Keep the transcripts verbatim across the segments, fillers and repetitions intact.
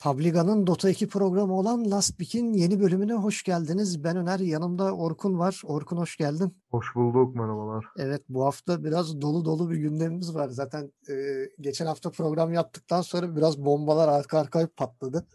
Publica'nın Dota iki programı olan Last Pick'in yeni bölümüne hoş geldiniz. Ben Öner, yanımda Orkun var. Orkun hoş geldin. Hoş bulduk, merhabalar. Evet, bu hafta biraz dolu dolu bir gündemimiz var. Zaten e, geçen hafta program yaptıktan sonra biraz bombalar arka arkaya patladı.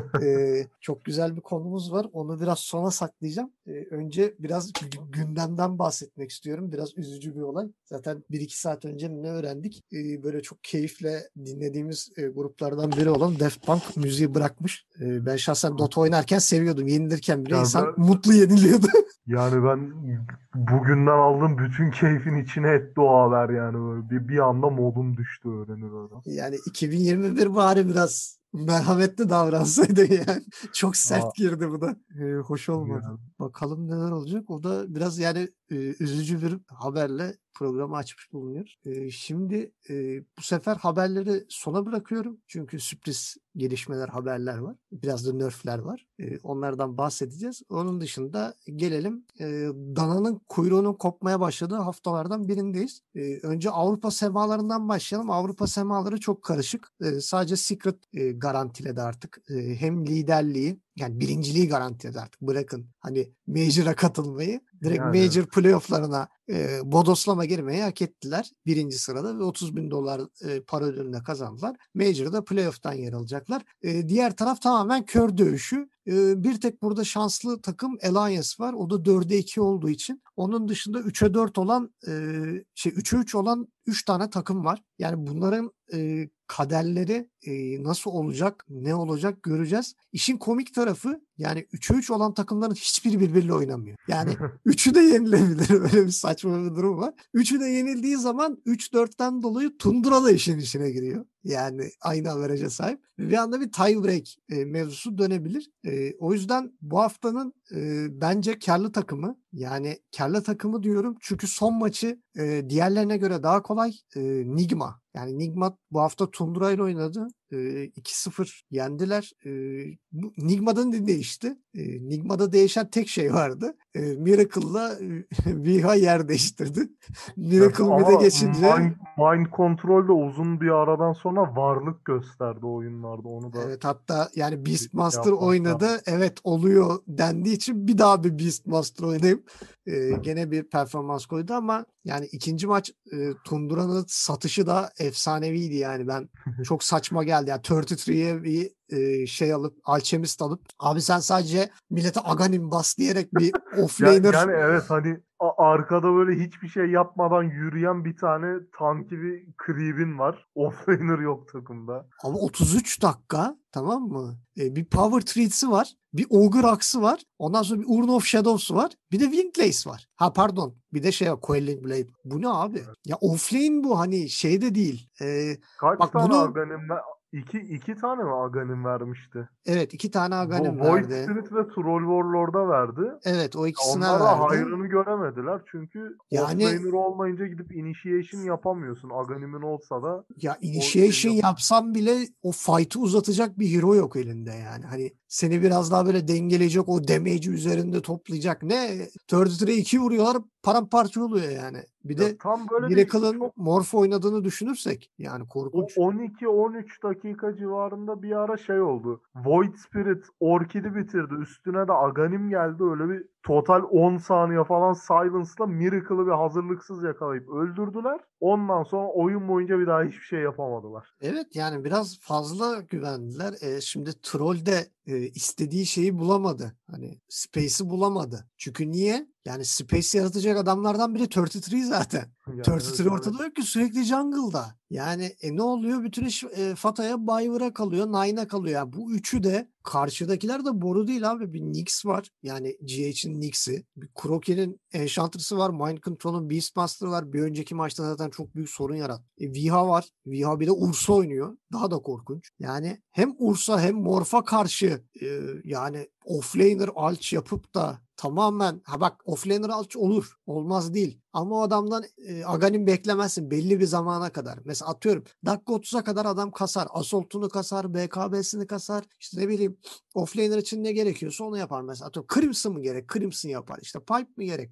e, çok güzel bir konumuz var. Onu biraz sona saklayacağım. E, önce biraz gündemden bahsetmek istiyorum. Biraz üzücü bir olay. Zaten bir iki saat önce ne öğrendik? E, böyle çok keyifle dinlediğimiz e, gruplardan biri olan Daft Punk müziği bırakmış. E, ben şahsen Dota oynarken seviyordum. Yenilirken bile Yani insan ben, mutlu yeniliyordu. yani ben bugünden aldığım bütün keyfin içine etti o haber yani böyle. Bir, bir anda modum düştü öğrenir öyle. Yani iki bin yirmi bir bari biraz merhametli davransaydı yani. Çok sert Aa, girdi bu da. Ee, hoş olmadı. yani. Bakalım neler olacak. O da biraz yani e, üzücü bir haberle programı açmış bulunuyor. E, şimdi e, bu sefer haberleri sona bırakıyorum. Çünkü sürpriz gelişmeler, haberler var. Biraz da nerfler var. E, onlardan bahsedeceğiz. Onun dışında gelelim e, dananın kuyruğunun kopmaya başladığı haftalardan birindeyiz. E, önce Avrupa semalarından başlayalım. Avrupa semaları çok karışık. E, sadece Secret e, garantiledi artık. E, hem liderliği, yani birinciliği garantiledi artık. Bırakın hani Major'a katılmayı. Direkt Yani Major playoff'larına e, bodoslama girmeyi hak ettiler. Birinci sırada ve otuz bin dolar e, para ödülünü kazandılar. Major'da playoff'tan yer alacaklar. E, diğer taraf tamamen kör dövüşü. E, bir tek burada şanslı takım Alliance var. O da dörde iki olduğu için. Onun dışında üçe dört olan e, şey üçe üç olan üç tane takım var. Yani bunların e, kaderleri e, nasıl olacak, ne olacak göreceğiz. İşin komik tarafı, yani üçe üç olan takımların hiçbiri birbiriyle oynamıyor. Yani üçü de yenilebilir. Öyle bir saçma bir durum var. Üçü de yenildiği zaman üç dörtten dolayı Tundra da işin içine giriyor. Yani aynı average'e sahip. Bir anda bir tie break e, mevzusu dönebilir. E, o yüzden bu haftanın e, bence karlı takımı, yani karlı takımı diyorum çünkü son maçı e, diğerlerine göre daha kolay. E, Nigma. Yani Nigma bu hafta Tundra ile oynadı. E, iki sıfır yendiler. E, bu, Nigma'da ne değişti? E, Nigma'da değişen tek şey vardı. E, Miracle'la e, Viha yer değiştirdi. ya, Miracle mid'e ama geçince mind, mind Control de uzun bir aradan sonra varlık gösterdi oyunlarda. Onu da evet, hatta yani bir şey Beastmaster yapmak oynadı. lazım. Evet, oluyor dendiği için bir daha bir Beastmaster oynayıp e, gene bir performans koydu ama yani ikinci maç e, Tundra'nın satışı da efsaneviydi yani. Ben çok saçma geldi. Yani otuz üçe bir e, şey alıp, Alchemist alıp, abi sen sadece millete Aghanim bas diyerek bir Ya, offlaner. yani evet hani a- arkada böyle hiçbir şey yapmadan yürüyen bir tane tanki bir creep'in var. Offlaner yok takımda. Ama otuz üç dakika, tamam mı? E, bir Power Treats'i var. Bir Ogre Axe'ı var. Ondan sonra bir Urn of Shadows'u var. Bir de Winglace var. Ha pardon. Bir de şey var. Quelling Blade. Bu ne abi? Ya offlane bu, hani şey de değil. E, Kaç bak tane bunu, Aghanim ver- iki, iki tane mi Aghanim vermişti? evet, iki tane Vo- Aghanim Void verdi. Spirit ve Troll Warlord'a verdi. Evet, o ikisine Onlar da verdi. hayrını göremediler. Çünkü Yani offlaner olmayınca gidip initiation yapamıyorsun. Aghanim'in olsa da ya o şeyi initiation yapamıyorsun. yapsam bile o fight'ı uzatacak bir hero yok elinde yani. Hani seni biraz daha böyle dengeleyecek, o damage'i üzerinde toplayacak. Ne? otuz üçe iki vuruyorlar, paramparça oluyor yani. Bir Ya de tam böyle bir Miracle'ın çok Morph oynadığını düşünürsek yani o korkunç. on iki on üç dakika civarında bir ara şey oldu. Void Spirit Orchid'i bitirdi. Üstüne de Aghanim geldi. Öyle bir total on saniye falan Silence'la Miracle'ı bir hazırlıksız yakalayıp öldürdüler. Ondan sonra oyun boyunca bir daha hiçbir şey yapamadılar. Evet, yani biraz fazla güvendiler. E, şimdi Troll de e, istediği şeyi bulamadı. Hani space'i bulamadı. Çünkü niye? Yani space yaratacak adamlardan biri otuz üç zaten. Yani otuz üç evet hani ortada yok ki, sürekli jungle'da. Yani e, ne oluyor? Bütün iş e, Fata'ya, Byver'a kalıyor, Nine'a kalıyor. Yani bu üçü de, karşıdakiler de boru değil abi. Bir Nyx var. Yani G H'in Nyx'i. Bir Kroki'nin Enchantress'ı var. Mind Control'un Beastmaster'ı var. Bir önceki maçta zaten çok büyük sorun yarattı. E, Viha var. Viha bir de Ursa oynuyor. Daha da korkunç. Yani hem Ursa hem Morph'a karşı e, yani offlaner alç yapıp da tamamen, ha bak, offlaner alç olur. Olmaz değil. Ama o adamdan e, Aghanim beklemezsin belli bir zamana kadar. Mesela atıyorum dakika otuza kadar adam kasar. Assault'unu kasar, B K B'sini kasar. İşte ne bileyim, offlaner için ne gerekiyorsa onu yapar mesela. Atıyorum Crimson mı gerek? Crimson yapar. İşte Pipe mi gerek?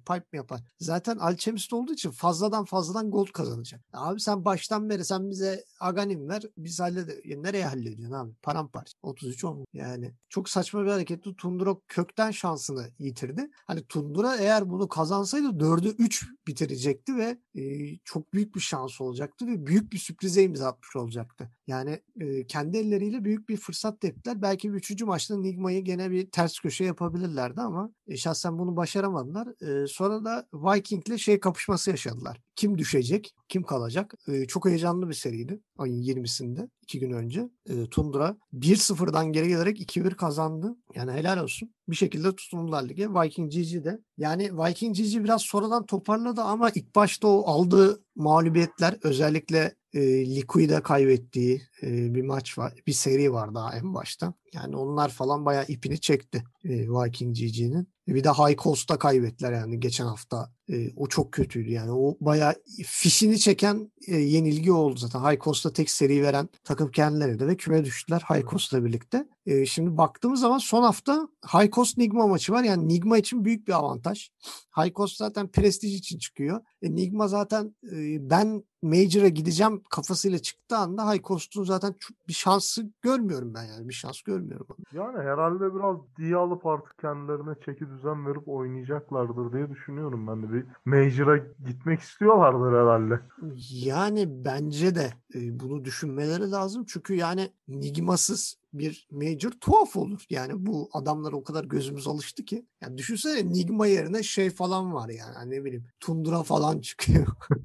pipe mi yapar? Zaten Alchemist olduğu için fazladan fazladan gold kazanacak. Abi sen baştan beri sen bize Aghanim ver. Biz hallede ya nereye hallediyorsun abi? Paramparça. otuz üç on. Yani çok saçma bir hareketti. Tundra kökten şansını yitirdi. Hani Tundra eğer bunu kazansaydı dördü üç bitirecekti ve e, çok büyük bir şans olacaktı ve büyük bir sürprize imza atmış olacaktı. Yani e, kendi elleriyle büyük bir fırsat teptiler. Belki üçüncü maçta Nigma'yı gene bir ters köşe yapabilirlerdi ama e, şahsen bunu başaramadılar. E, sonra da Viking'le şey kapışması yaşadılar. Kim düşecek? Kim kalacak? E, çok heyecanlı bir seriydi. Ayın yirmisinde. iki gün önce. E, Tundra bir sıfırdan geri gelerek iki bir kazandı. Yani helal olsun. Bir şekilde tutundular lige. Viking G G de. Yani Viking G G biraz sonradan toparladı ama ilk başta o aldığı mağlubiyetler özellikle e, Liquid'e kaybettiği e, bir maç var. Bir seri var daha en başta. Yani onlar falan bayağı ipini çekti e, Viking G G'nin. Bir de High Cost'ta kaybettiler yani geçen hafta. E, o çok kötüydü yani. O bayağı fişini çeken e, yenilgi oldu zaten. High Cost'ta tek seri veren takım kendileri de ve küme düştüler High Cost'la birlikte. E, şimdi baktığımız zaman son hafta High Cost Nigma maçı var. Yani Nigma için büyük bir avantaj. High Cost zaten prestij için çıkıyor. E, Nigma zaten e, ben Major'a gideceğim kafasıyla çıktığı anda High Cost'un zaten çok bir şansı görmüyorum ben yani. Bir şans görmüyorum. Yani herhalde biraz diye alıp artık kendilerine çeki düzen verip oynayacaklardır diye düşünüyorum ben de. Bir Major'a gitmek istiyorlardır herhalde. Yani bence de e, bunu düşünmeleri lazım. Çünkü yani Nigma'sız bir Major tuhaf olur. Yani bu adamlar o kadar gözümüz alıştı ki. Yani düşünsene Nigma yerine şey falan var yani. Hani ne bileyim Tundra falan çıkıyor.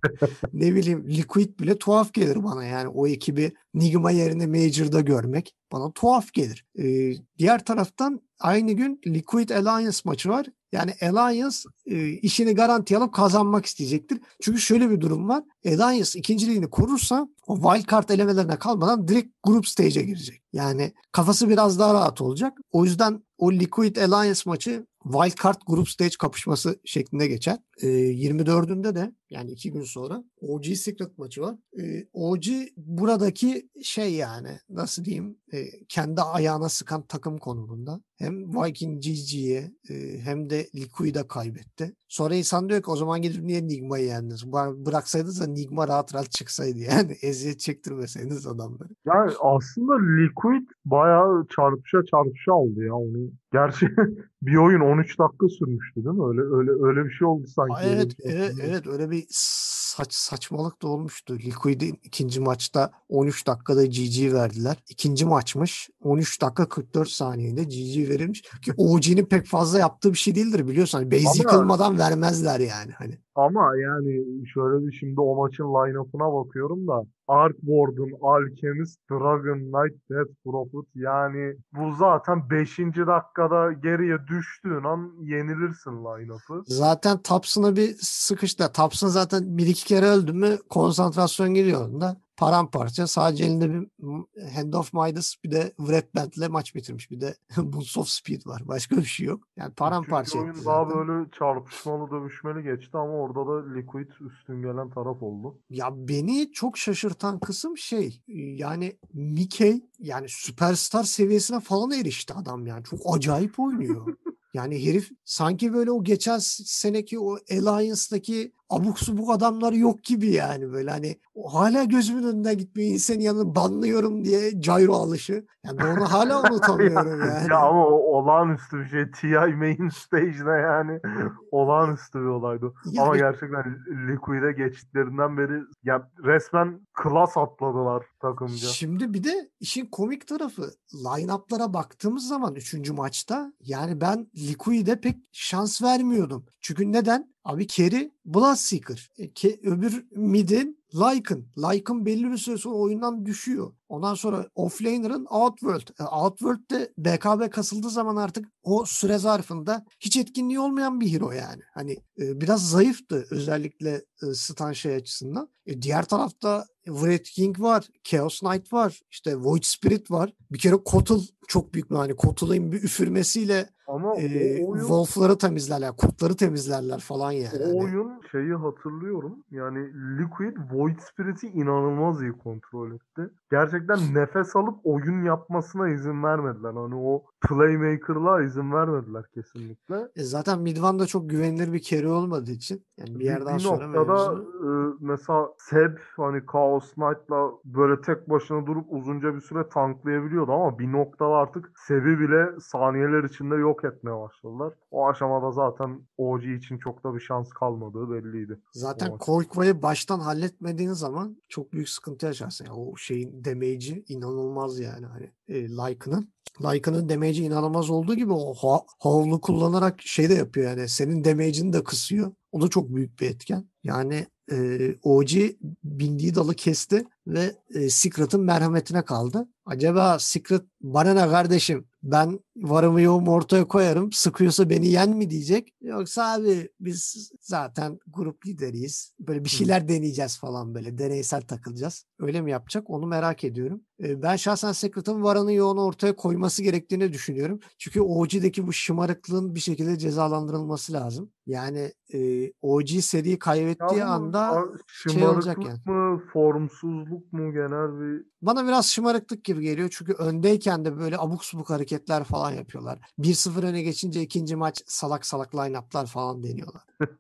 Ne bileyim Liquid bile tuhaf gelir bana yani. O ekibi Nigma yerine Major'da görmek bana tuhaf gelir. Ee, diğer taraftan aynı gün Liquid Alliance maçı var. Yani Alliance e, işini garanti alıp kazanmak isteyecektir. Çünkü şöyle bir durum var. Alliance ikinciliğini korursa o wildcard elemelerine kalmadan direkt group stage'e girecek. Yani kafası biraz daha rahat olacak. O yüzden o Liquid Alliance maçı wildcard group stage kapışması şeklinde geçer. E, yirmi dördünde de yani iki gün sonra O G Secret maçı var. E, O G buradaki şey yani nasıl diyeyim e, kendi ayağına sıkan takım konumunda. Hem Viking G G'ye e, hem de Liquid'e kaybetti. Sonra insan diyor ki o zaman gidip niye Nigma'yı yendiniz? Bıraksaydınız da Nigma rahat rahat çıksaydı yani. Eziyet çektirmeseydiniz adamları. Yani aslında Liquid bayağı çarpışa çarpışa aldı ya onu. Gerçi bir oyun on üç dakika sürmüştü değil mi? Öyle öyle öyle bir şey oldu Aa, sanki. Öyle evet, bir şey evet, hatırlıyorum. evet öyle bir saç, saçmalık da olmuştu. Liquid'in ikinci maçta on üç dakikada G G verdiler. İkinci maçmış. on üç dakika kırk dört saniyede G G verilmiş. Ki O G'nin pek fazla yaptığı bir şey değildir biliyorsun. Hani base Ama yıkılmadan vermezler yani. Hani. Ama yani şöyle bir şimdi o maçın line-up'ına bakıyorum da Ark Warden, Alchemist, Dragon Knight, Death Prophet yani bu zaten beşinci dakikada geriye düştüğün an yenilirsin line-up'ı. Zaten Thompson'a bir sıkıştı. Thompson zaten bir iki kere öldü mü konsantrasyon geliyor onda. Paramparça. Sadece elinde bir Hand of Midas bir de Wretband'le maç bitirmiş. Bir de Boots of Speed var. Başka bir şey yok. Yani Üçüncü paramparça etti oyun daha zaten. böyle çarpışmalı dövüşmeli geçti ama orada da Liquid üstün gelen taraf oldu. Ya beni çok şaşırtan kısım şey yani Mickey yani süperstar seviyesine falan erişti adam yani. Çok acayip oynuyor. Yani herif sanki böyle o geçen seneki o Alliance'daki abuk subuk adamlar yok gibi yani böyle hani o hala gözümün önünden gitmiyor insanın yanına banlıyorum diye gyro alışı. Yani ben onu hala ya, unutamıyorum ya yani. ama o olağanüstü bir şey. T I main stage'de yani olağanüstü bir olaydı. Ya Ama ve gerçekten Liquid'e geçtiklerinden beri ya resmen klas atladılar takımca. şimdi bir de işin komik tarafı line-up'lara baktığımız zaman üçüncü maçta yani ben Liquid'e pek şans vermiyordum. Çünkü neden? Abi Kerry Bloodseeker. E, ke, öbür mid'in Lycan. Lycan belli bir süre sonra oyundan düşüyor. Ondan sonra offlaner'ın Outworld. E, Outworld de B K B kasıldığı zaman artık o süre zarfında hiç etkinliği olmayan bir hero yani. Hani e, biraz zayıftı özellikle e, stun şey açısından. E, diğer tarafta Wraith King var, Chaos Knight var, işte Void Spirit var. Bir kere Kotal çok büyük bir hani Kotal'ın bir üfürmesiyle Ama e, o oyun Wolf'ları temizlerler, kurtları temizlerler falan yani. o Hani oyun şeyi hatırlıyorum. Yani Liquid Void Spirit'i inanılmaz iyi kontrol etti. Gerçekten gerçekten nefes alıp oyun yapmasına izin vermediler. Hani o playmaker'lığa izin vermediler kesinlikle. E zaten Midvan da çok güvenilir bir carry olmadığı için yani bir Bir, yerden bir sonra noktada mevzu e, mesela Seb hani Chaos Knight'la böyle tek başına durup uzunca bir süre tanklayabiliyordu ama bir noktada artık Seb'i bile saniyeler içinde yok etmeye başladılar. O aşamada zaten O G için çok da bir şans kalmadığı belliydi. zaten Koykva'yı baştan halletmediğin zaman çok büyük sıkıntı yaşarsın. Yani o şeyin damage'i inanılmaz yani hani e, Lycan'ın. Lycan'ın damage'i inanılmaz olduğu gibi o ha- havlu kullanarak şey de yapıyor yani senin damage'ini de kısıyor. O da çok büyük bir etken. Yani e, O G bindiği dalı kesti ve e, Secret'ın merhametine kaldı. Acaba Secret bana ne kardeşim ben varımı yoğumu ortaya koyarım sıkıyorsa beni yen mi diyecek? Yoksa abi biz zaten grup lideriyiz. Böyle bir şeyler deneyeceğiz falan böyle deneysel takılacağız. Öyle mi yapacak onu merak ediyorum. E, ben şahsen Secret'ın varını yoğunu ortaya koyması gerektiğini düşünüyorum. Çünkü O G'deki bu şımarıklığın bir şekilde cezalandırılması lazım. Yani e, O G seriyi Ya kaybettiği bu anda a- şey olacak yani. şımarıklık mı, formsuzluk mu genel bir... Bana biraz şımarıklık gibi geliyor. Çünkü öndeyken de böyle abuk subuk hareketler falan yapıyorlar. bir sıfır öne geçince ikinci maç salak salak line-up'lar falan deniyorlar.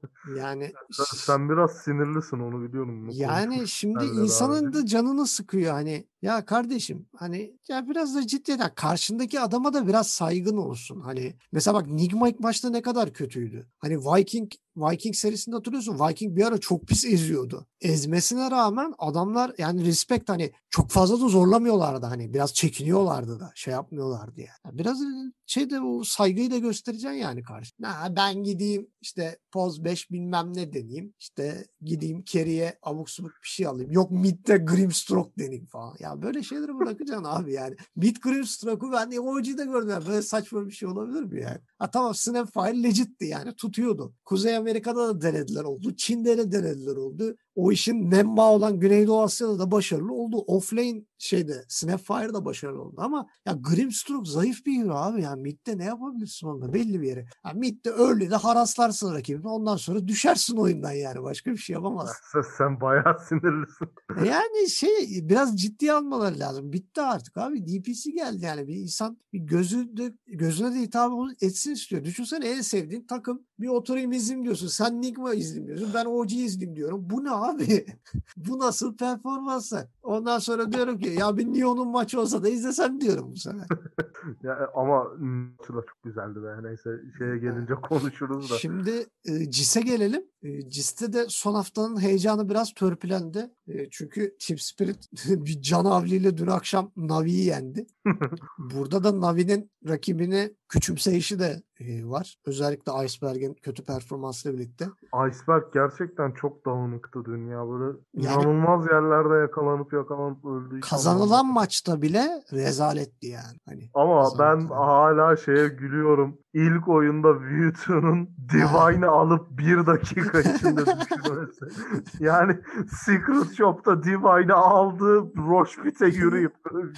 Yani Sen, sen biraz sinirlisin onu biliyorum. Bunu yani konuşmuştuk şimdi seninle daha önce. insanın da canını sıkıyor hani ya kardeşim hani ya biraz da cidden karşındaki adama da biraz saygın olsun. Hani mesela bak Nigma ilk maçta ne kadar kötüydü. Hani Viking Viking serisinde hatırlıyorsun Viking bir ara çok pis eziyordu. Ezmesine rağmen adamlar yani respect hani çok fazla da zorlamıyorlardı hani biraz çekiniyorlardı da şey yapmıyorlardı yani. Yani biraz şey de o saygıyı da göstereceksin yani karşı. Ha, ben gideyim işte poz beş bilmem ne deneyeyim. İşte gideyim carry'e abuk subuk bir şey alayım. Yok mid'de Grimstroke deneyeyim falan. Ya böyle şeyleri bırakacaksın abi yani. Mid Grimstroke'u ben O G'de gördüm. Yani böyle saçma bir şey olabilir mi yani? Ha tamam Snapfire legitti yani tutuyordu. Kuzey Amerika'da da denediler oldu. Çin'de de denediler oldu. O işin memba olan Güneydoğu Asya'da da başarılı oldu. Offlane şeyde Snapfire da başarılı oldu ama ya Grimstroke zayıf bir hero abi. Yani mid'de ne yapabilirsin onunla belli bir yere. Ya mid'de early'de haraslarsın rakibini ondan sonra düşersin oyundan yani. Başka bir şey yapamazsın. Sen, sen bayağı sinirlisin. E Yani şey biraz ciddiye almaları lazım. Bitti artık abi. D P C geldi yani. Bir insan bir gözü de, gözüne de hitap etsin istiyor. Düşünsene en sevdiğin takım bir oturayım izleyeyim diyorsun. Sen Nigma izleyeyim diyorsun. Ben O G izleyeyim diyorum. Bu ne abi? Bu nasıl performansı? Ondan sonra diyorum ki ya bir Neon'un maçı olsa da izlesem diyorum bu sefer. Ya, ama maçı da çok güzeldi be. Neyse şeye gelince konuşuruz da. Şimdi e, C I S'e gelelim. E, C I S'te de son haftanın heyecanı biraz törpülendi. E, çünkü Team Spirit bir can havliyle dün akşam Navi'yi yendi. Burada da Navi'nin rakibini küçümseyişi de e, var. Özellikle Iceberg'in kötü performansıyla birlikte. Iceberg gerçekten çok dağınıktı dün ya. Böyle Yani inanılmaz yerlerde yakalanıp yakalanıp öldü. Hiç kazanılan anlamadım. maçta bile rezaletti yani. Hani Ama ben kazandılar. hala şeye gülüyorum. İlk oyunda View'tunun Divine'ı alıp bir dakika içinde düşürmesi. Yani Secret Shop'ta Divine'ı aldı, Roche Pit'e yürüyüp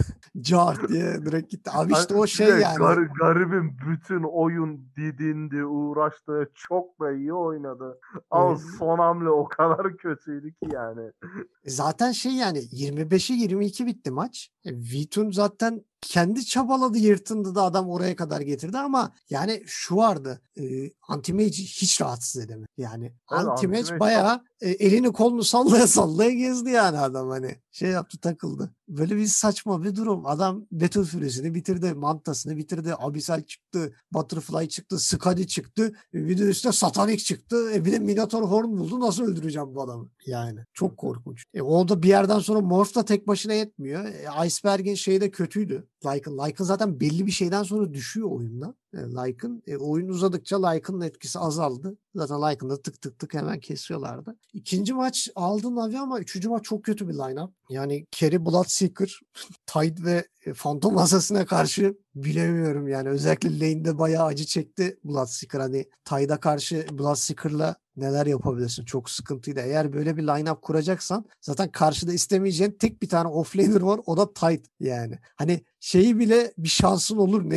Cart diye direkt gitti. Abi hani işte o bir şey de yani. gar- garibin bütün oyun didindi, uğraştı. Çok da iyi oynadı. Ama Oyun son hamle o kadar kötüydü ki yani. Zaten şey yani yirmi beşe yirmi iki bitti maç. E, Vitun zaten kendi çabaladı yırtındı da adam oraya kadar getirdi ama yani şu vardı e, Anti-Mage'i hiç rahatsız edemedi. Yani Evet, Anti-Mage Anti-Mage çok bayağı e, elini kolunu sallaya sallaya gezdi yani adam hani şey yaptı takıldı. Böyle bir saçma bir durum. Adam Battle Fury'sini bitirdi, Mantas'ını bitirdi, Abyssal çıktı, Butterfly çıktı, Skadi çıktı, e, bir de üstüne Satanik çıktı. E, bir de Minotaur Horn buldu. Nasıl öldüreceğim bu adamı? Yani çok korkunç. E, o da bir yerden sonra Morph da tek başına yetmiyor. E, Iceberg'in şeyi de kötüydü. Lycan. Lycan zaten belli bir şeyden sonra düşüyor oyunda. E, Lycan. E, oyun uzadıkça Lycan'ın etkisi azaldı. Zaten Lycan'da tık tık tık hemen kesiyorlardı. İkinci maç aldı Navi ama üçüncü maç çok kötü bir line-up. Yani Carry Bloodseeker, Tide ve e, Phantom Assassin'e karşı bilemiyorum yani. Özellikle lane'de bayağı acı çekti Bloodseeker. Hani Tide'a karşı Bloodseeker'la neler yapabilirsin? Çok sıkıntıydı. Eğer böyle bir line-up kuracaksan zaten karşıda istemeyeceğin tek bir tane offlaner var. O da Tide yani. Hani şeyi bile bir şansın olur ne bileyim.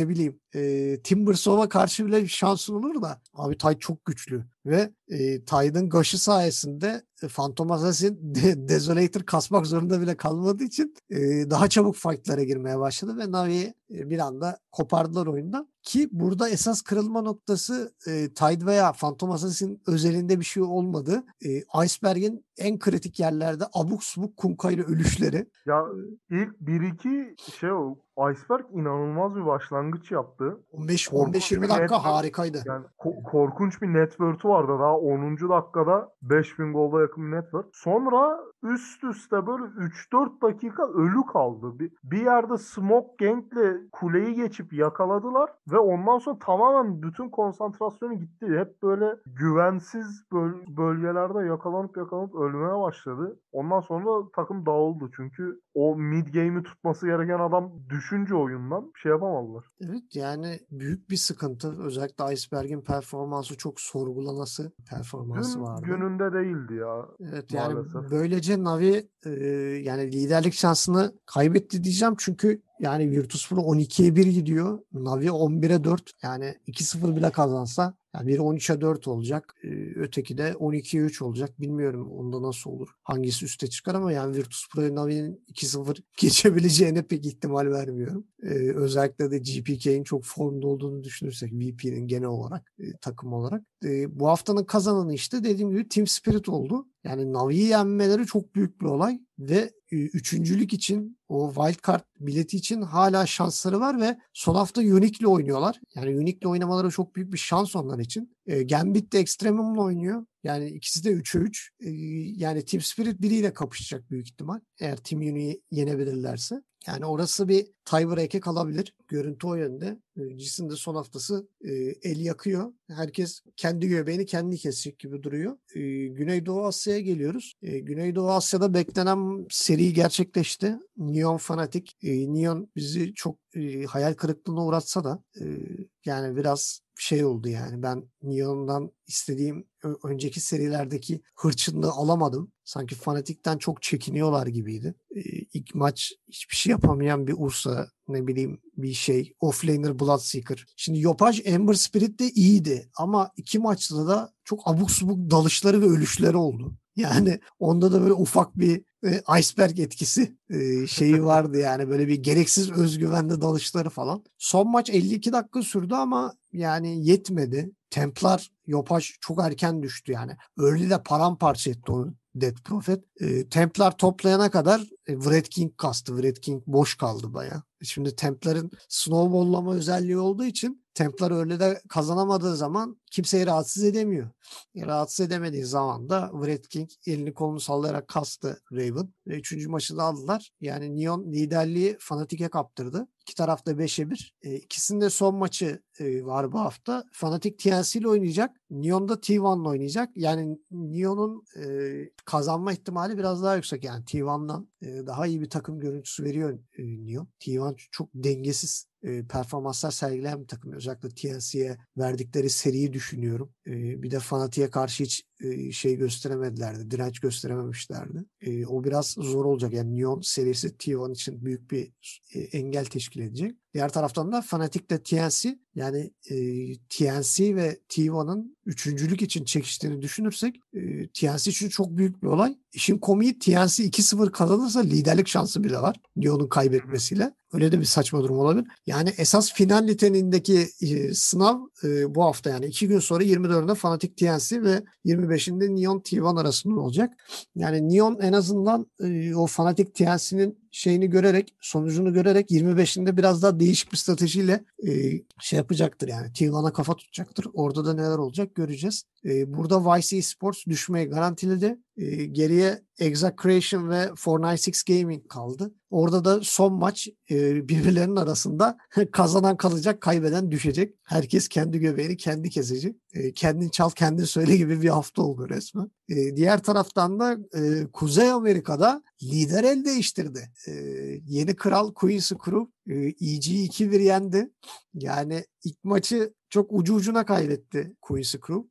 e, Timbersaw'a karşı bile bir şansın olur da abi Tide çok güçlü ve e, Tide'ın gaşı sayesinde e, Phantom Assassin de, Desolator kasmak zorunda bile kalmadığı için e, daha çabuk fight'lara girmeye başladı ve Navi'yi e, bir anda kopardılar oyundan. Ki burada esas kırılma noktası e, Tide veya Phantom Assassin özelinde bir şey olmadı. E, Iceberg'in en kritik yerlerde abuk subuk Kunkay'la ölüşleri. Ya ilk bir iki şey o Iceberg inanılmaz bir başlangıç yaptı. on beş yirmi dakika network, harikaydı. yani ko- korkunç bir network'ü vardı daha onuncu dakikada beş bin golda yakın bir network. Sonra üst üste böyle üç dört dakika ölü kaldı. Bir, bir yerde Smoke Gang'le kuleyi geçip yakaladılar ve ondan sonra tamamen bütün konsantrasyonu gitti. Hep böyle güvensiz böl- bölgelerde yakalanıp yakalanıp ölmeye başladı. Ondan sonra takım dağıldı çünkü o mid game'i tutması gereken adam düşünce oyundan bir şey yapamadılar. Evet yani büyük bir sıkıntı. Özellikle Iceberg'in performansı çok sorgulanası performansı Dün vardı. gününde değildi ya Evet yani maalesef. böylece Navi e, yani liderlik şansını kaybetti diyeceğim çünkü yani Virtus.pro on ikiye bir gidiyor. Navi on bire dört yani iki sıfır bile kazansa yani biri on üçe dört olacak. E, öteki de on ikiye üç olacak. Bilmiyorum onda nasıl olur. Hangisi üste çıkar ama yani Virtus.pro'ya Navi'nin iki sıfır geçebileceğine pek ihtimal vermiyorum. E, özellikle de G P K'in çok formda olduğunu düşünürsek V P'nin genel olarak e, takım olarak. E, bu haftanın kazananı işte dediğim gibi Team Spirit oldu. Yani Navi'yi yenmeleri çok büyük bir olay ve üçüncülük için o wildcard bileti için hala şansları var ve son hafta Unique'le oynuyorlar. Yani Unique'le oynamaları çok büyük bir şans onlar için. E, Gambit de Extremum'la oynuyor. Yani ikisi de üçe üç. E, yani Team Spirit biriyle kapışacak büyük ihtimal. Eğer Team Unique'i yenebilirlerse. Yani orası bir tiebreak'e kalabilir. Görüntü o yönde. E, Cis'in de son haftası e, el yakıyor. Herkes kendi göbeğini kendi kesecek gibi duruyor. E, Güneydoğu Asya'ya geliyoruz. E, Güneydoğu Asya'da beklenen seri gerçekleşti. Neon Fnatic. E, Neon bizi çok e, hayal kırıklığına uğratsa da e, yani biraz şey oldu yani. Ben Neon'dan istediğim önceki serilerdeki hırçınlığı alamadım. Sanki Fnatic'ten çok çekiniyorlar gibiydi. Ee, ilk maç hiçbir şey yapamayan bir Ursa, ne bileyim bir şey. Offlaner Bloodseeker. Şimdi Yopaj Ember Spirit de iyiydi ama iki maçta da çok abuk subuk dalışları ve ölüşleri oldu. Yani onda da böyle ufak bir e, iceberg etkisi e, şeyi vardı yani böyle bir gereksiz özgüvende dalışları falan. Son maç elli iki dakika sürdü ama yani yetmedi. Templar Yopaj çok erken düştü yani. Early de paramparça etti onu Dead Prophet. E, Templar toplayana kadar e, Wraith King kastı. Wraith King boş kaldı baya. Şimdi Templar'ın snowball'lama özelliği olduğu için Templar öyle de kazanamadığı zaman kimseyi rahatsız edemiyor. E, rahatsız edemediği zaman da Wraith King elini kolunu sallayarak kastı Raven. Ve üçüncü maçı da aldılar. Yani Neon liderliği Fnatic'e kaptırdı. İki tarafta beşe bir. E, ikisinde son maçı e, var bu hafta. Fnatic T N C ile oynayacak. Neon da T bir ile oynayacak. Yani Neon'un e, kazanma ihtimali biraz daha yüksek. Yani T bir'dan e, daha iyi bir takım görüntüsü veriyor e, Neon. T bir çok dengesiz e, performanslar sergileyen bir takım. Özellikle T N C'ye verdikleri seriyi düşünüyorum. E, bir de Fnatic'e karşı hiç e, şey gösteremedilerdi. Direnç gösterememişlerdi. E, o biraz zor olacak. Yani Neon serisi T bir için büyük bir e, engel teşkil edecek. Diğer taraftan da Fnatic ile T N C yani e, T N C ve T bir'ın üçüncülük için çekiştiğini düşünürsek e, T N C için çok büyük bir olay. İşin komiği T N C iki sıfır kazanırsa liderlik şansı bile var. Neon'un kaybetmesiyle. Öyle de bir saçma durum olabilir. Yani esas final niteliğindeki e, sınav e, bu hafta yani iki gün sonra yirmi dördünde Fnatic T N C ve yirmi beşinde Neon T bir arasında olacak. Yani Neon en azından e, o Fnatic T N C'nin şeyini görerek, sonucunu görerek yirmi beşinde biraz daha değişik bir stratejiyle e, şey yapacaktır yani. T bir'e kafa tutacaktır. Orada da neler olacak göreceğiz. E, burada Vice Esports düşmeyi garantiledi. E, geriye Exact Creation ve four ninety-six Gaming kaldı. Orada da son maç e, birbirlerinin arasında kazanan kalacak, kaybeden düşecek. Herkes kendi göbeğini kendi kesecek. E, kendin çal, kendin söyle gibi bir hafta oldu resmen. E, diğer taraftan da e, Kuzey Amerika'da lider el değiştirdi. E, yeni kral Quincy Crew e, E G'yi iki bir yendi. Yani ilk maçı çok ucu ucuna kaybetti Quincy Crew.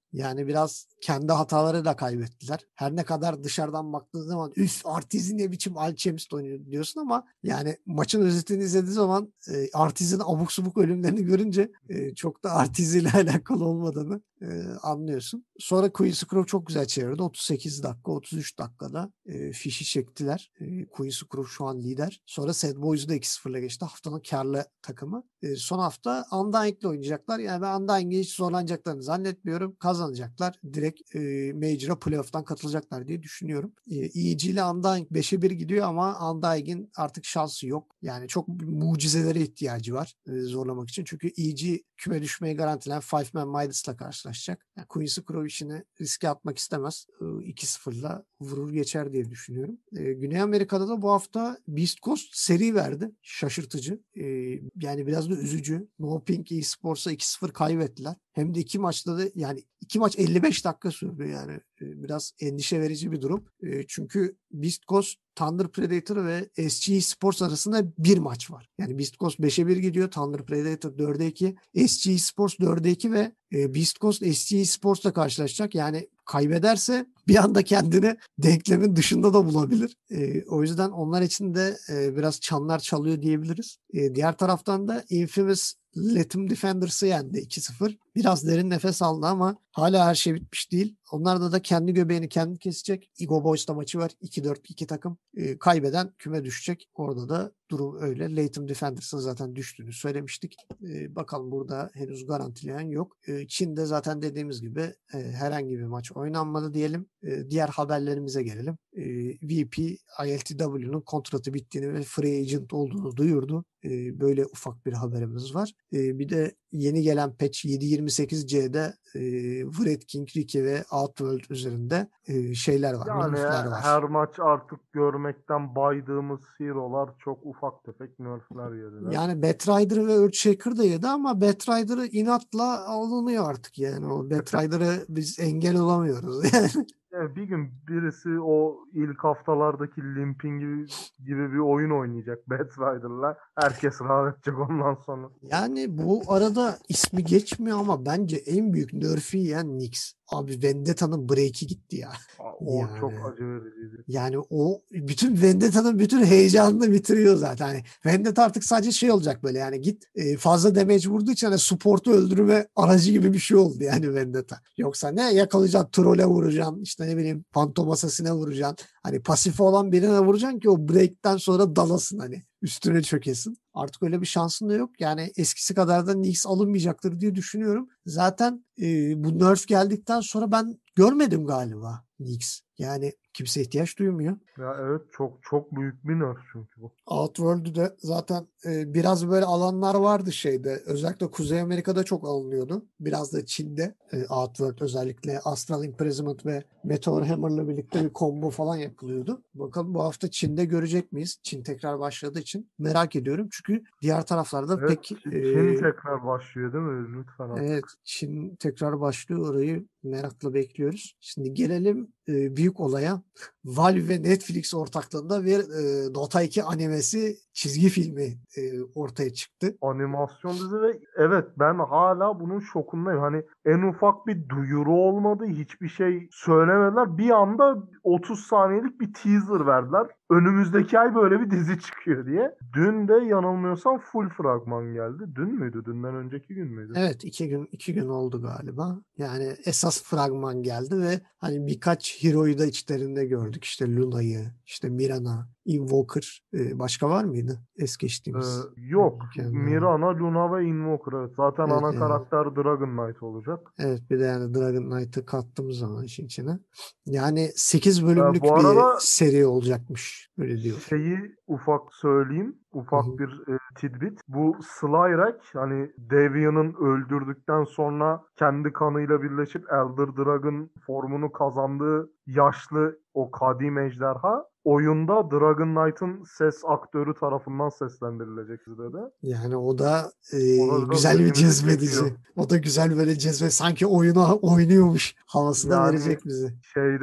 Yani biraz kendi hataları da kaybettiler. Her ne kadar dışarıdan baktığın zaman üf Artiz'i ne biçim Alchemist oynuyor diyorsun ama yani maçın özetini izlediği zaman e, Artiz'in abuk subuk ölümlerini görünce e, çok da Artiz ile alakalı olmadığını e, anlıyorsun. Sonra Quincy Crow çok güzel çevirdi. otuz sekiz dakika, otuz üç dakikada e, fişi çektiler. E, Quincy Crow şu an lider. Sonra Sad Boys'u da iki sıfırla geçti. Haftanın karlı takımı. E, son hafta Undying'le oynayacaklar. Yani ben Undying'e hiç zorlanacaklarını zannetmiyorum. Kazanacaklar. Direkt e, Major'a playoff'tan katılacaklar diye düşünüyorum. E, E G ile Undying beşe bir gidiyor ama Undying'in artık şansı yok. Yani çok mucizelere ihtiyacı var e, zorlamak için. Çünkü E G küme düşmeyi garantilen Five Man Midas'la karşılaşacak. Yani Quincy Crow işini riske atmak istemez. E, iki sıfırla vurur geçer diye düşünüyorum. E, Güney Amerika'da da bu hafta Beast Coast seri verdi. Şaşırtıcı. E, yani biraz da üzücü. No Pink eSports'a iki sıfır kaybettiler. Hem de iki maçta da yani iki maç elli beş dakika sürdü yani. E, biraz endişe verici bir durum. E, çünkü Beast Coast, Thunder Predator ve S G Sports arasında bir maç var. Yani Beast Coast beşe bir gidiyor. Thunder Predator dörde iki. S G Sports dörde iki ve e, Beast Coast S G Sports'la karşılaşacak. Yani kaybederse bir anda kendini denklemin dışında da bulabilir. E, o yüzden onlar için de e, biraz çanlar çalıyor diyebiliriz. E, diğer taraftan da Infamous Latin Defenders'ı yendi iki sıfır. Biraz derin nefes aldı ama hala her şey bitmiş değil. Onlarda da kendi göbeğini kendi kesecek. Ego Boys'ta maçı var. iki dört iki takım. E, kaybeden küme düşecek. Orada da durum öyle. Latham Defenders'ın zaten düştüğünü söylemiştik. E, bakalım burada henüz garantileyen yok. E, Çin'de zaten dediğimiz gibi e, herhangi bir maç oynanmadı diyelim. E, diğer haberlerimize gelelim. E, V P I L T W'nun kontratı bittiğini ve free agent olduğunu duyurdu. E, böyle ufak bir haberimiz var. E, bir de yeni gelen patch yedi yirmi sekiz C'de e, Wraith King, Riki ve Outworld üzerinde e, şeyler var. Yani Nerfler var. her maç artık görmekten baydığımız hero'lar çok ufak tefek nerfler yediler. Yani Batrider ve Earthshaker da yedi ama Batrider'ı inatla alınıyor artık yani. O Batrider'ı biz engel olamıyoruz yani. Yani bir gün birisi o ilk haftalardaki Limping gibi, gibi bir oyun oynayacak Batrider'la. Herkes rahat edecek ondan sonra. Yani bu arada ismi geçmiyor ama bence en büyük nerf'i yiyen Nyx. Abi Vendetta'nın break'i gitti ya. O Yani. çok acı vericiydi. Yani o bütün Vendetta'nın bütün heyecanını bitiriyor zaten. Hani Vendetta artık sadece şey olacak böyle yani git e, fazla damage vurduğu için hani support'u öldürme aracı gibi bir şey oldu yani Vendetta. Yoksa ne yakalayacaksın, trole vuracaksın, işte ne bileyim Phantom Assassin'e vuracaksın. Hani pasif olan birine vuracaksın ki o break'ten sonra dalasın hani üstüne çökesin. Artık öyle bir şansın da yok. Yani eskisi kadar da Nyx alınmayacaktır diye düşünüyorum. Zaten e, bu nerf geldikten sonra ben görmedim galiba Nyx. Yani kimse ihtiyaç duymuyor. Ya evet çok çok büyük bir nerf çünkü bu. Outworld'u da zaten e, biraz böyle alanlar vardı şeyde. Özellikle Kuzey Amerika'da çok alınıyordu. Biraz da Çin'de e, Outworld özellikle Astral Imprisonment ve Meteor Hammer'la birlikte bir combo falan yapılıyordu. Bakalım bu hafta Çin'de görecek miyiz? Çin tekrar başladığı için merak ediyorum. Çünkü diğer taraflarda Evet, pek... Çin E, tekrar başlıyor değil mi? Lütfen artık. Evet, Çin tekrar başlıyor. Orayı merakla bekliyoruz. Şimdi gelelim e, büyük olaya. Valve ve Netflix ortaklığında bir e, Dota iki animesi çizgi filmi e, ortaya çıktı. Animasyon dizi ve evet ben hala bunun şokundayım. Hani en ufak bir duyuru olmadı. Hiçbir şey söylemediler. Bir anda otuz saniyelik bir teaser verdiler. Önümüzdeki ay böyle bir dizi çıkıyor diye. Dün de yanılmıyorsam full fragman geldi. Dün müydü? Dünden önceki gün müydü? Evet iki gün iki gün oldu galiba. Yani esas fragman geldi ve hani birkaç hero'yu da içlerinde gördük. İşte Luna'yı, işte Mirana, Invoker. Ee, başka var mıydı? Es geçtiğimiz. Ee, yok. Mükemmel. Mirana, Luna ve Invoker. Evet. Zaten Evet, ana yani. karakter Dragon Knight olacak. Evet bir de yani Dragon Knight'ı kattığımız zaman işin içine. Yani sekiz bölümlük bu bir arada seri olacakmış. Öyle diyor. Şeyi ufak söyleyeyim. Ufak Hı hı. bir e, tidbit. Bu Slyrak hani Deviant'ın öldürdükten sonra kendi kanıyla birleşip Elder Dragon formunu kazandığı yaşlı o kadim ejderha oyunda Dragon Knight'ın ses aktörü tarafından seslendirilecek sizde de. Yani o da e, O da biraz güzel bir ilgimizi cezbedici. çekiyor. O da güzel böyle cezbe sanki oyuna oynuyormuş havasına Yani verecek bizi. şeyde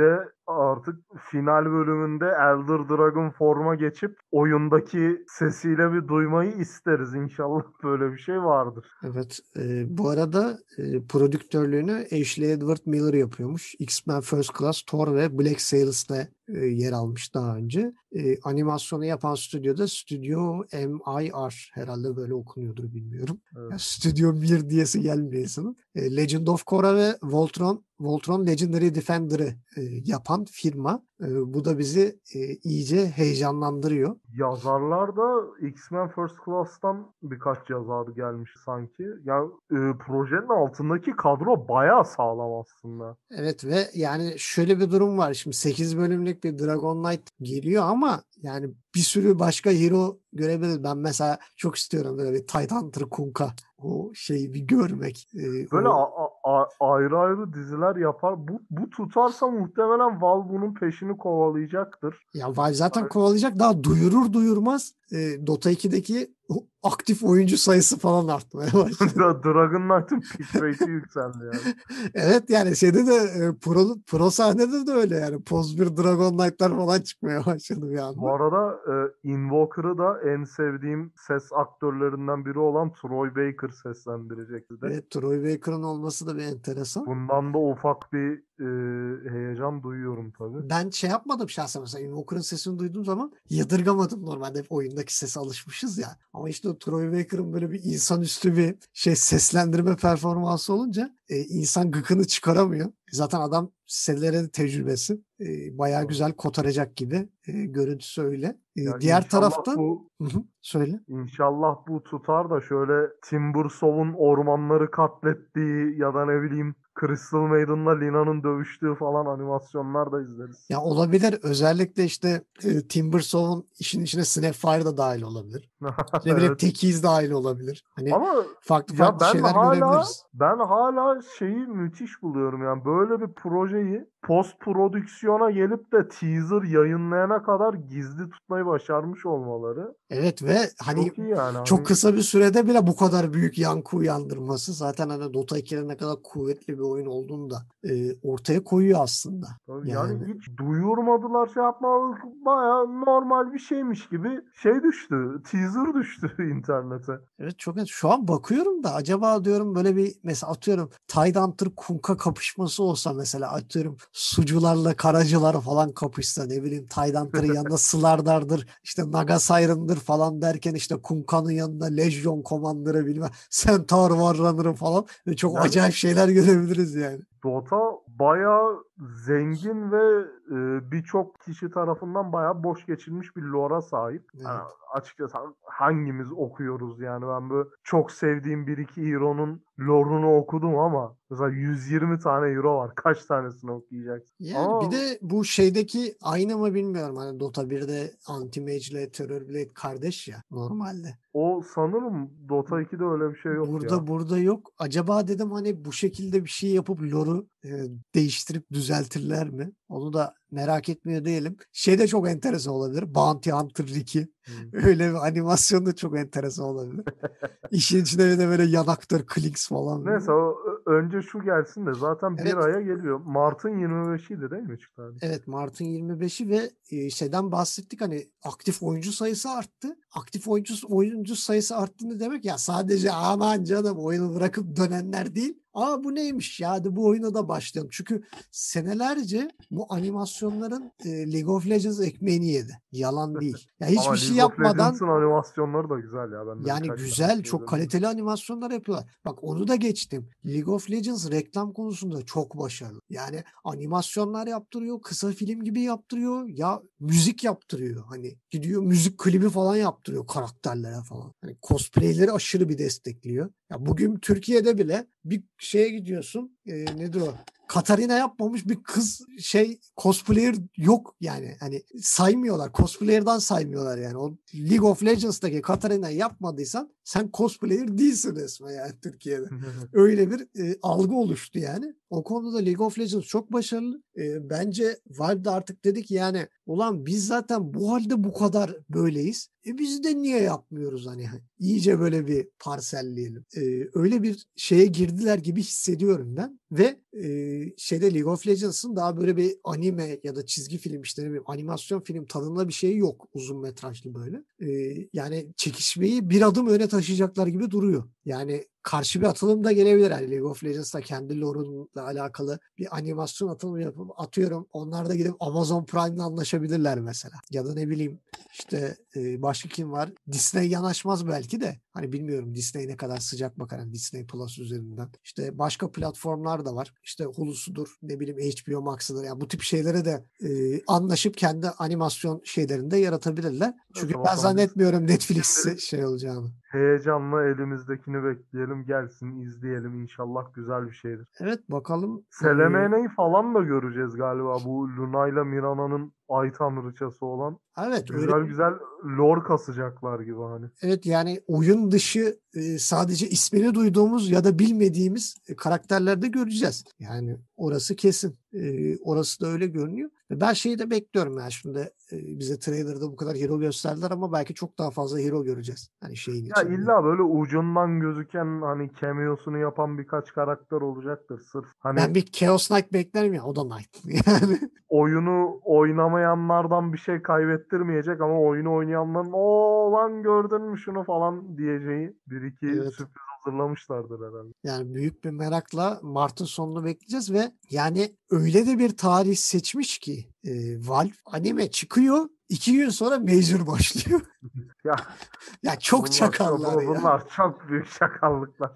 Artık final bölümünde Elder Dragon forma geçip oyundaki sesiyle bir duymayı isteriz. İnşallah böyle bir şey vardır. Evet. E, bu arada e, prodüktörlüğünü Ashley Edward Miller yapıyormuş. X-Men First Class, Thor ve Black Sails'ta e, yer almış daha önce. E, animasyonu yapan stüdyoda Studio M I R. Herhalde böyle okunuyordur, bilmiyorum. Evet. Ya, Studio bir diyesi gelmiyor insanın. E, Legend of Korra ve Voltron Voltron Legendary Defender'ı e, yapan firma. E, bu da bizi e, iyice heyecanlandırıyor. Yazarlar da X-Men First Class'tan birkaç yazar gelmiş sanki. Yani e, projenin altındaki kadro bayağı sağlam aslında. Evet ve yani şöyle bir durum var. Şimdi sekiz bölümlük bir Dragon Knight geliyor ama yani bir sürü başka hero görebiliriz. Ben mesela çok istiyorum böyle bir Tidehunter Kunkka, o şeyi bir görmek. Ee, Böyle o a- a- a- ayrı ayrı diziler yapar. Bu, bu tutarsa muhtemelen Valve bunun peşini kovalayacaktır. Ya Valve zaten kovalayacak, daha duyurur duyurmaz e, Dota ikideki o aktif oyuncu sayısı falan artmaya başladı. Dragon Knight'ın pick rate'i yükseldi yani. Evet yani şeyde de e, pro, pro sahnede de öyle yani. Poz bir Dragon Knight'lar falan çıkmaya başladı bir anda. Bu arada e, Invoker'ı da en sevdiğim ses aktörlerinden biri olan Troy Baker seslendirecek bize. Evet, Troy Baker'ın olması da bir enteresan. Bundan da ufak bir e, heyecan duyuyorum tabii. Ben şey yapmadım şahsen, mesela Invoker'ın sesini duyduğum zaman yadırgamadım. Normalde hep oyundaki sese alışmışız ya. Ama işte o Troy Baker'ın böyle bir insanüstü bir şey seslendirme performansı olunca e, insan gıkını çıkaramıyor. Zaten adam selerin tecrübesi. E, bayağı Evet. güzel kotaracak gibi. E, görüntüsü öyle. E, Yani diğer inşallah taraftan bu Hı hı, söyle. İnşallah bu tutar da şöyle Timbersaw'un ormanları katlettiği ya da ne bileyim Crystal Maiden'la Lina'nın dövüştüğü falan animasyonlar da izleriz. Ya olabilir. Özellikle işte e, Timbersaw'un işin içine Snapfire da dahil olabilir. Ne bileyim Evet. Techies dahil olabilir. Hani Ama farklı ya farklı ben şeyler hala görebiliriz. ben hala şeyi müthiş buluyorum yani böyle bir projeyi post prodüksiyona gelip de teaser yayınlayana kadar gizli tutmayı başarmış olmaları Evet ve hani çok iyi yani. çok Hani kısa bir sürede bile bu kadar büyük yankı uyandırması zaten hani Dota ikinin ne kadar kuvvetli bir oyun olduğunu da e, ortaya koyuyor aslında. tabii yani Yani hiç duyurmadılar şey yapmadılar. Baya normal bir şeymiş gibi şey düştü. Teaser düştü internete. evet, çok net. Şu an bakıyorum da acaba diyorum böyle bir mesela atıyorum Tidehunter Kunkka kapışması olsa, mesela atıyorum sucularla karacılar falan kapışsa, ne bileyim Tidehunter'ın yanında Slardar'dır işte Naga Siren'dır falan derken işte Kunkka'nın yanında Legion Commander'ı bilmem Centaur Warrunner'ı falan ve çok Yani acayip şeyler görebiliriz yani. Dota bayağı zengin ve e, birçok kişi tarafından bayağı boş geçilmiş bir lore'a sahip. Yani Evet. açıkçası hangimiz okuyoruz yani ben böyle çok sevdiğim bir iki hero'nun lore'unu okudum ama mesela yüz yirmi tane hero var. Kaç tanesini okuyacaksın? Yani bir Ama de bu şeydeki aynı mı bilmiyorum. Hani Dota birde Anti-Mage ile Terror Blade kardeş ya normalde. o sanırım Dota ikide öyle bir şey yok ya. Burada burada yok. Acaba dedim hani bu şekilde bir şey yapıp lore'u e, değiştirip düzeltirler mi? Onu da merak etmiyor değilim. Şey de çok enteresan olabilir. Bounty Hunter iki. Hmm. Öyle bir animasyon da çok enteresan olabilir. İşin içinde bir de böyle yanaktır, Clinks falan. Neyse Böyle. o, ö- önce şu gelsin de zaten bir Evet, aya geliyor. Mart'ın yirmi beşiydi değil mi çıktı? Hani? evet, Mart'ın yirmi beşi ve e, şeyden bahsettik, hani aktif oyuncu sayısı arttı. Aktif oyuncu oyuncu sayısı arttı ne demek ya, sadece aman canım oyunu bırakıp dönenler değil. Aa bu neymiş ya, hadi bu oyuna da başlayalım. Çünkü senelerce bu animasyonların e, League of Legends ekmeğini yedi. Yalan değil. Ya Ama hiçbir şey League of yapmadan, Legends'ın animasyonları da güzel ya. Ben de yani birkaç güzel, tanesini çok izledim. kaliteli animasyonlar yapıyorlar. Bak onu da geçtim. League of Legends reklam konusunda çok başarılı. Yani animasyonlar yaptırıyor, kısa film gibi yaptırıyor, ya müzik yaptırıyor. Hani gidiyor müzik klibi falan yaptırıyor karakterlere falan. Hani cosplayleri aşırı bir destekliyor. Ya bugün Türkiye'de bile bir şeye gidiyorsun. E, nedir o? Katarina yapmamış bir kız şey cosplayer yok yani. Hani saymıyorlar. Cosplayer'dan saymıyorlar yani. O League of Legends'taki Katarina'yı yapmadıysan sen cosplayer değilsin resmen yani Türkiye'de. Öyle bir e, algı oluştu yani. O konuda League of Legends çok başarılı. E, bence Valve de artık dedi ki yani Ulan biz zaten bu halde bu kadar böyleyiz. E biz de niye yapmıyoruz hani? İyice böyle bir parselleyelim. Ee, öyle bir şeye girdiler gibi hissediyorum ben. Ve e, şeyde League of Legends'ın daha böyle bir anime ya da çizgi film işte ne bileyim animasyon film tadında bir şey yok uzun metrajlı böyle. Ee, yani çekişmeyi bir adım öne taşıyacaklar gibi duruyor. Yani karşı bir atılım da gelebilir. Yani League of Legends'da kendi lore'unla alakalı bir animasyon atılımı yapıp atıyorum. Onlar da gidip Amazon Prime'la anlaşabilirler mesela. Ya da ne bileyim işte e, başka kim var? Disney yanaşmaz belki de. Hani bilmiyorum Disney ne kadar sıcak bakar. Yani Disney Plus üzerinden. İşte başka platformlar da var. İşte Hulu'sudur, ne bileyim H B O Max'ıdır. Yani bu tip şeylere de e, anlaşıp kendi animasyon şeylerinde yaratabilirler. Çünkü Neyse ben bakalım biz zannetmiyorum Netflix'e şimdilik şey olacağını. heyecanla elimizdekini bekleyelim gelsin izleyelim inşallah güzel bir şeydir. Evet bakalım. E, Selemene'yi falan da göreceğiz galiba bu Luna ile Mirana'nın ay tanrıçası olan. evet öyle. Güzel güzel lore kasacaklar gibi hani. Evet yani oyun dışı e, sadece ismini duyduğumuz ya da bilmediğimiz e, karakterlerde göreceğiz. Yani orası kesin. E, orası da öyle görünüyor. Ve ben şeyi de bekliyorum yani şimdi e, bize trailer'da bu kadar hero gösterdiler ama belki çok daha fazla hero göreceğiz. Hani şeyin Ya içinde. illa böyle ucundan gözüken hani cameo'sunu yapan birkaç karakter olacaktır sırf. Hani Ben bir Chaos Knight beklerim ya o da Knight. Yani oyunu oynamayanlardan bir şey kaybettirmeyecek ama oyunu oynayanların o lan gördün mü şunu falan diyeceği bir iki evet. sürpriz hazırlamışlardır herhalde. Yani büyük bir merakla Mart'ın sonunu bekleyeceğiz ve yani öyle de bir tarih seçmiş ki e, Valve anime çıkıyor iki gün sonra Major başlıyor. Ya Ya çok bunlar çok çakallar ya. bunlar çok büyük şakallıklar.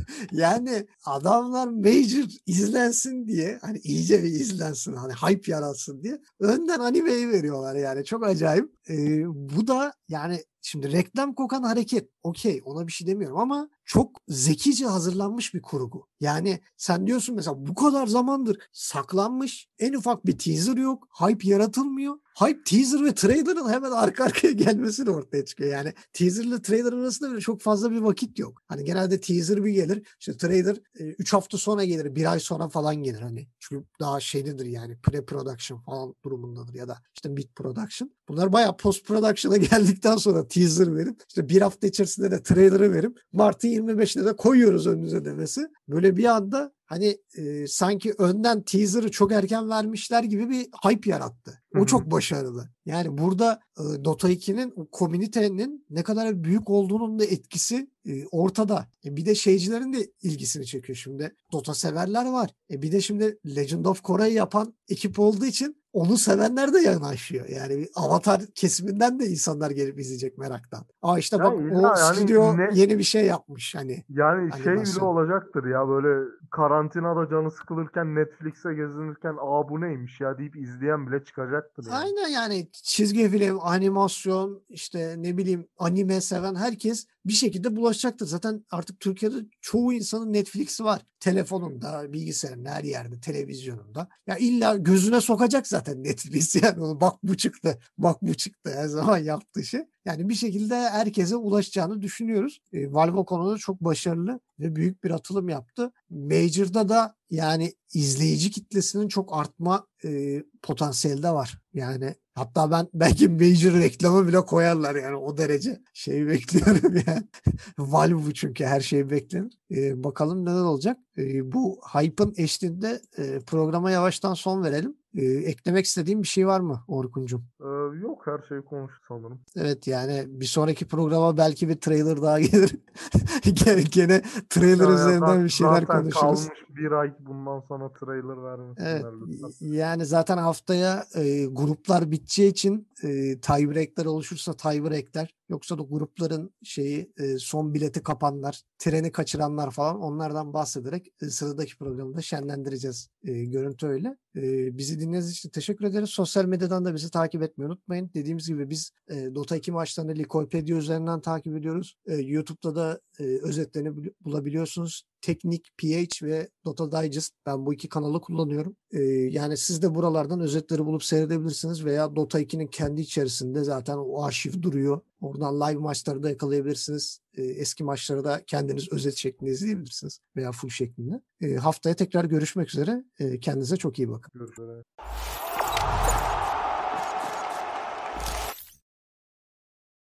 Yani adamlar Major izlensin diye hani iyice bir izlensin hani hype yaratsın diye önden animeyi veriyorlar yani çok acayip. Ee, bu da yani şimdi reklam kokan hareket okey ona bir şey demiyorum ama çok zekice hazırlanmış bir kurgu. Yani sen diyorsun mesela bu kadar zamandır saklanmış en ufak bir teaser yok. Hype yaratılmıyor. Hype teaser ve trailer'ın hemen arka arkaya gelmesiyle ortaya çıkıyor. Yani teaser ile trailer arasında bile çok fazla bir vakit yok. Hani genelde teaser bir gelir. İşte trailer üç hafta sonra gelir. Bir ay sonra falan gelir hani. Çünkü daha şeylidir yani pre-production falan durumundadır ya da işte mid-production. Bunlar bayağı post-production'a geldikten sonra teaser verip işte bir hafta içerisinde de trailer'ı verip Mart'ın yirmi beşine de koyuyoruz önünüze demesi. Böyle bir anda hani e, sanki önden teaser'ı çok erken vermişler gibi bir hype yarattı. Hı O hı. çok başarılı. Yani burada e, Dota ikinin o komünitenin ne kadar büyük olduğunun da etkisi e, ortada. E, bir de şeycilerin de ilgisini çekiyor şimdi. Dota severler var. E, bir de şimdi Legend of Korra'yı yapan ekip olduğu için onu sevenler de yanaşıyor. Yani bir Avatar kesiminden de insanlar gelip izleyecek meraktan. Aa işte bak Yani o illa yani stüdyo ne yeni bir şey yapmış hani yani şey bile animasyon. olacaktır ya böyle karantinada canı sıkılırken Netflix'e gezinirken aa bu neymiş ya deyip izleyen bile çıkacaktır yani. Aynen yani çizgi film, animasyon, işte ne bileyim anime seven herkes bir şekilde bulaşacaktır. Zaten artık Türkiye'de çoğu insanın Netflix'i var. Telefonunda, bilgisayarında, her yerde, televizyonunda. Ya illa gözüne sokacak zaten Netflix yani. Onu, bak bu çıktı, bak bu çıktı her zaman yaptığı şey. Yani bir şekilde herkese ulaşacağını düşünüyoruz. E, Valve o konuda çok başarılı ve büyük bir atılım yaptı. Major'da da yani izleyici kitlesinin çok artma e, potansiyeli de var. Yani hatta ben belki Major reklamı bile koyarlar yani o derece şeyi bekliyorum yani. Valve bu çünkü her şey beklenir. E, bakalım neler olacak. E, bu hype'ın eşliğinde e, programa yavaştan son verelim. E, eklemek istediğim bir şey var mı Orkuncuğum? Ee, yok her şeyi konuştuk sanırım. Evet yani bir sonraki programa belki bir trailer daha gelir. Gene, gene trailer Ya, ya üzerinden zaten, bir şeyler zaten konuşuruz. kalmış bir ay bundan sonra trailer Evet vermesinler lütfen. yani zaten haftaya e, gruplar biteceği için e, tiebreak'ler oluşursa tiebreak'ler yoksa da grupların şeyi e, son bileti kapanlar, treni kaçıranlar falan onlardan bahsederek e, sıradaki programda şenlendireceğiz. E, görüntü öyle. E, bizi dinlediğiniz için teşekkür ederiz. Sosyal medyadan da bizi takip etmeyi unutmayın. Dediğimiz gibi biz e, Dota iki maçlarını Likopedia üzerinden takip ediyoruz. E, YouTube'da da e, özetlerini bulabiliyorsunuz. Teknik, P H ve Dota Digest. Ben bu iki kanalı kullanıyorum. Ee, yani siz de buralardan özetleri bulup seyredebilirsiniz veya Dota ikinin kendi içerisinde zaten o arşiv duruyor. Oradan live maçları da yakalayabilirsiniz. Ee, eski maçları da kendiniz özet şeklinde izleyebilirsiniz veya full şeklinde. Ee, haftaya tekrar görüşmek üzere. Ee, kendinize çok iyi bakın. Görüşürüz.